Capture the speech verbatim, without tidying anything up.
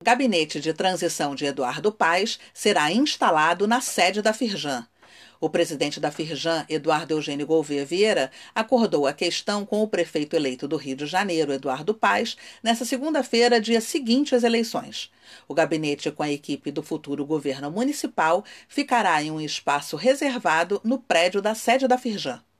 O gabinete de transição de Eduardo Paes será instalado na sede da Firjan. O presidente da Firjan, Eduardo Eugênio Gouveia Vieira, acordou a questão com o prefeito eleito do Rio de Janeiro, Eduardo Paes, nesta segunda-feira, dia seguinte às eleições. O gabinete com a equipe do futuro governo municipal ficará em um espaço reservado no prédio da sede da Firjan.